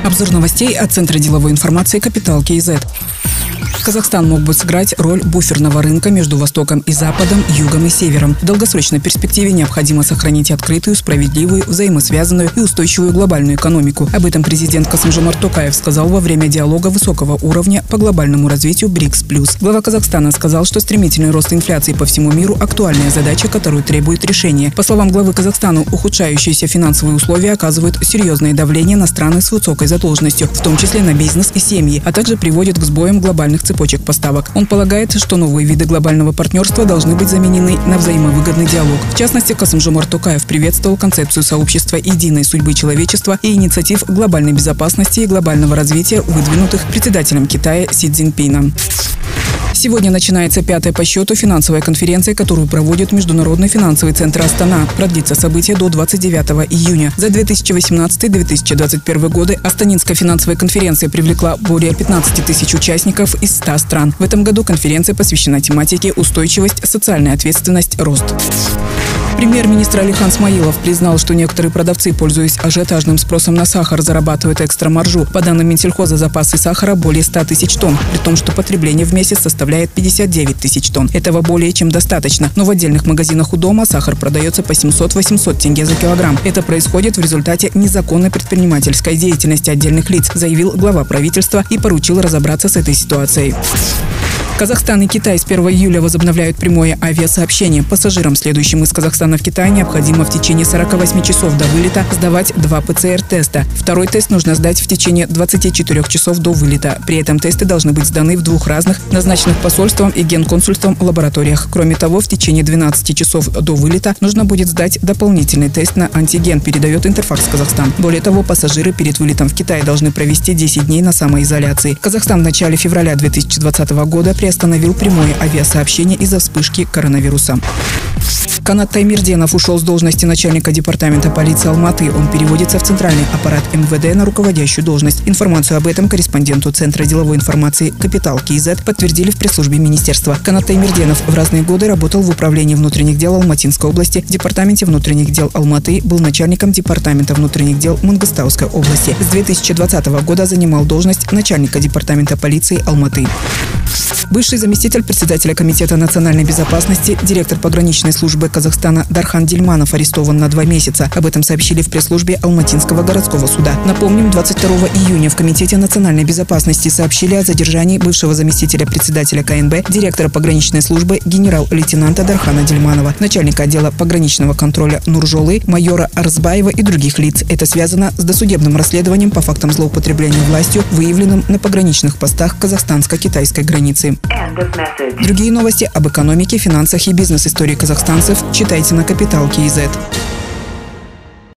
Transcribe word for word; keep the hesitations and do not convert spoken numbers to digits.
Обзор новостей от Центра деловой информации «Капитал КИЗ». Казахстан мог бы сыграть роль буферного рынка между Востоком и Западом, Югом и Севером. В долгосрочной перспективе необходимо сохранить открытую, справедливую, взаимосвязанную и устойчивую глобальную экономику. Об этом президент Касым-Жомарт Токаев сказал во время диалога высокого уровня по глобальному развитию БРИКС плюс. Глава Казахстана сказал, что стремительный рост инфляции по всему миру – актуальная задача, которую требует решения. По словам главы Казахстана, ухудшающиеся финансовые условия оказывают серьезное давление на страны с высокой задолженностью, в том числе на бизнес и семьи, а также приводят к сбоям глобальных цепочек поставок. Он полагает, что новые виды глобального партнерства должны быть заменены на взаимовыгодный диалог. В частности, Касым-Жомарт Токаев приветствовал концепцию сообщества единой судьбы человечества и инициатив глобальной безопасности и глобального развития, выдвинутых председателем Китая Си Цзиньпином. Сегодня начинается пятая по счету финансовая конференция, которую проводит Международный финансовый центр Астана. Продлится событие до двадцать девятого июня. За две тысячи восемнадцатый — две тысячи двадцать первый годы Астанинская финансовая конференция привлекла более пятнадцати тысяч участников из ста стран. В этом году конференция посвящена тематике «Устойчивость, социальная ответственность, рост». Премьер-министр Алихан Смаилов признал, что некоторые продавцы, пользуясь ажиотажным спросом на сахар, зарабатывают экстра-маржу. По данным Минсельхоза, запасы сахара более ста тысяч тонн, при том, что потребление в месяц составляет пятьдесят девять тысяч тонн. Этого более чем достаточно. Но в отдельных магазинах у дома сахар продается по семьсот-восемьсот тенге за килограмм. Это происходит в результате незаконной предпринимательской деятельности отдельных лиц, заявил глава правительства и поручил разобраться с этой ситуацией. Казахстан и Китай с первого июля возобновляют прямое авиасообщение. Пассажирам, следующим из Казахстана в Китай, необходимо в течение сорока восьми часов до вылета сдавать два пэ цэ эр-теста. Второй тест нужно сдать в течение двадцати четырёх часов до вылета. При этом тесты должны быть сданы в двух разных, назначенных посольством и генконсульством лабораториях. Кроме того, в течение двенадцати часов до вылета нужно будет сдать дополнительный тест на антиген, передает Интерфакс Казахстан. Более того, пассажиры перед вылетом в Китай должны провести десять дней на самоизоляции. Казахстан в начале февраля две тысячи двадцатого года приостановил прямое авиасообщение из-за вспышки коронавируса. Канат Таймирденов ушел с должности начальника департамента полиции Алматы. Он переводится в центральный аппарат эм вэ дэ на руководящую должность. Информацию об этом корреспонденту Центра деловой информации «Капитал КИЗ» подтвердили в пресс-службе министерства. Канат Таймирденов в разные годы работал в управлении внутренних дел Алматинской области, в департаменте внутренних дел Алматы, был начальником департамента внутренних дел Мангыстауской области. С две тысячи двадцатого года занимал должность начальника департамента полиции Алматы. Бывший заместитель председателя Комитета национальной безопасности, директор пограничной службы Казахстана Дархан Дильманов арестован на два месяца. Об этом сообщили в пресс-службе Алматинского городского суда. Напомним, двадцать второго июня в Комитете национальной безопасности сообщили о задержании бывшего заместителя председателя ка эн бэ, директора пограничной службы генерал-лейтенанта Дархана Дильманова, начальника отдела пограничного контроля Нуржолы, майора Арзбаева и других лиц. Это связано с досудебным расследованием по фактам злоупотребления властью, выявленным на пограничных постах казахстанско-китайской границы. Другие новости об экономике, финансах и бизнес-истории казахстанцев читайте на Капитал КИЗ.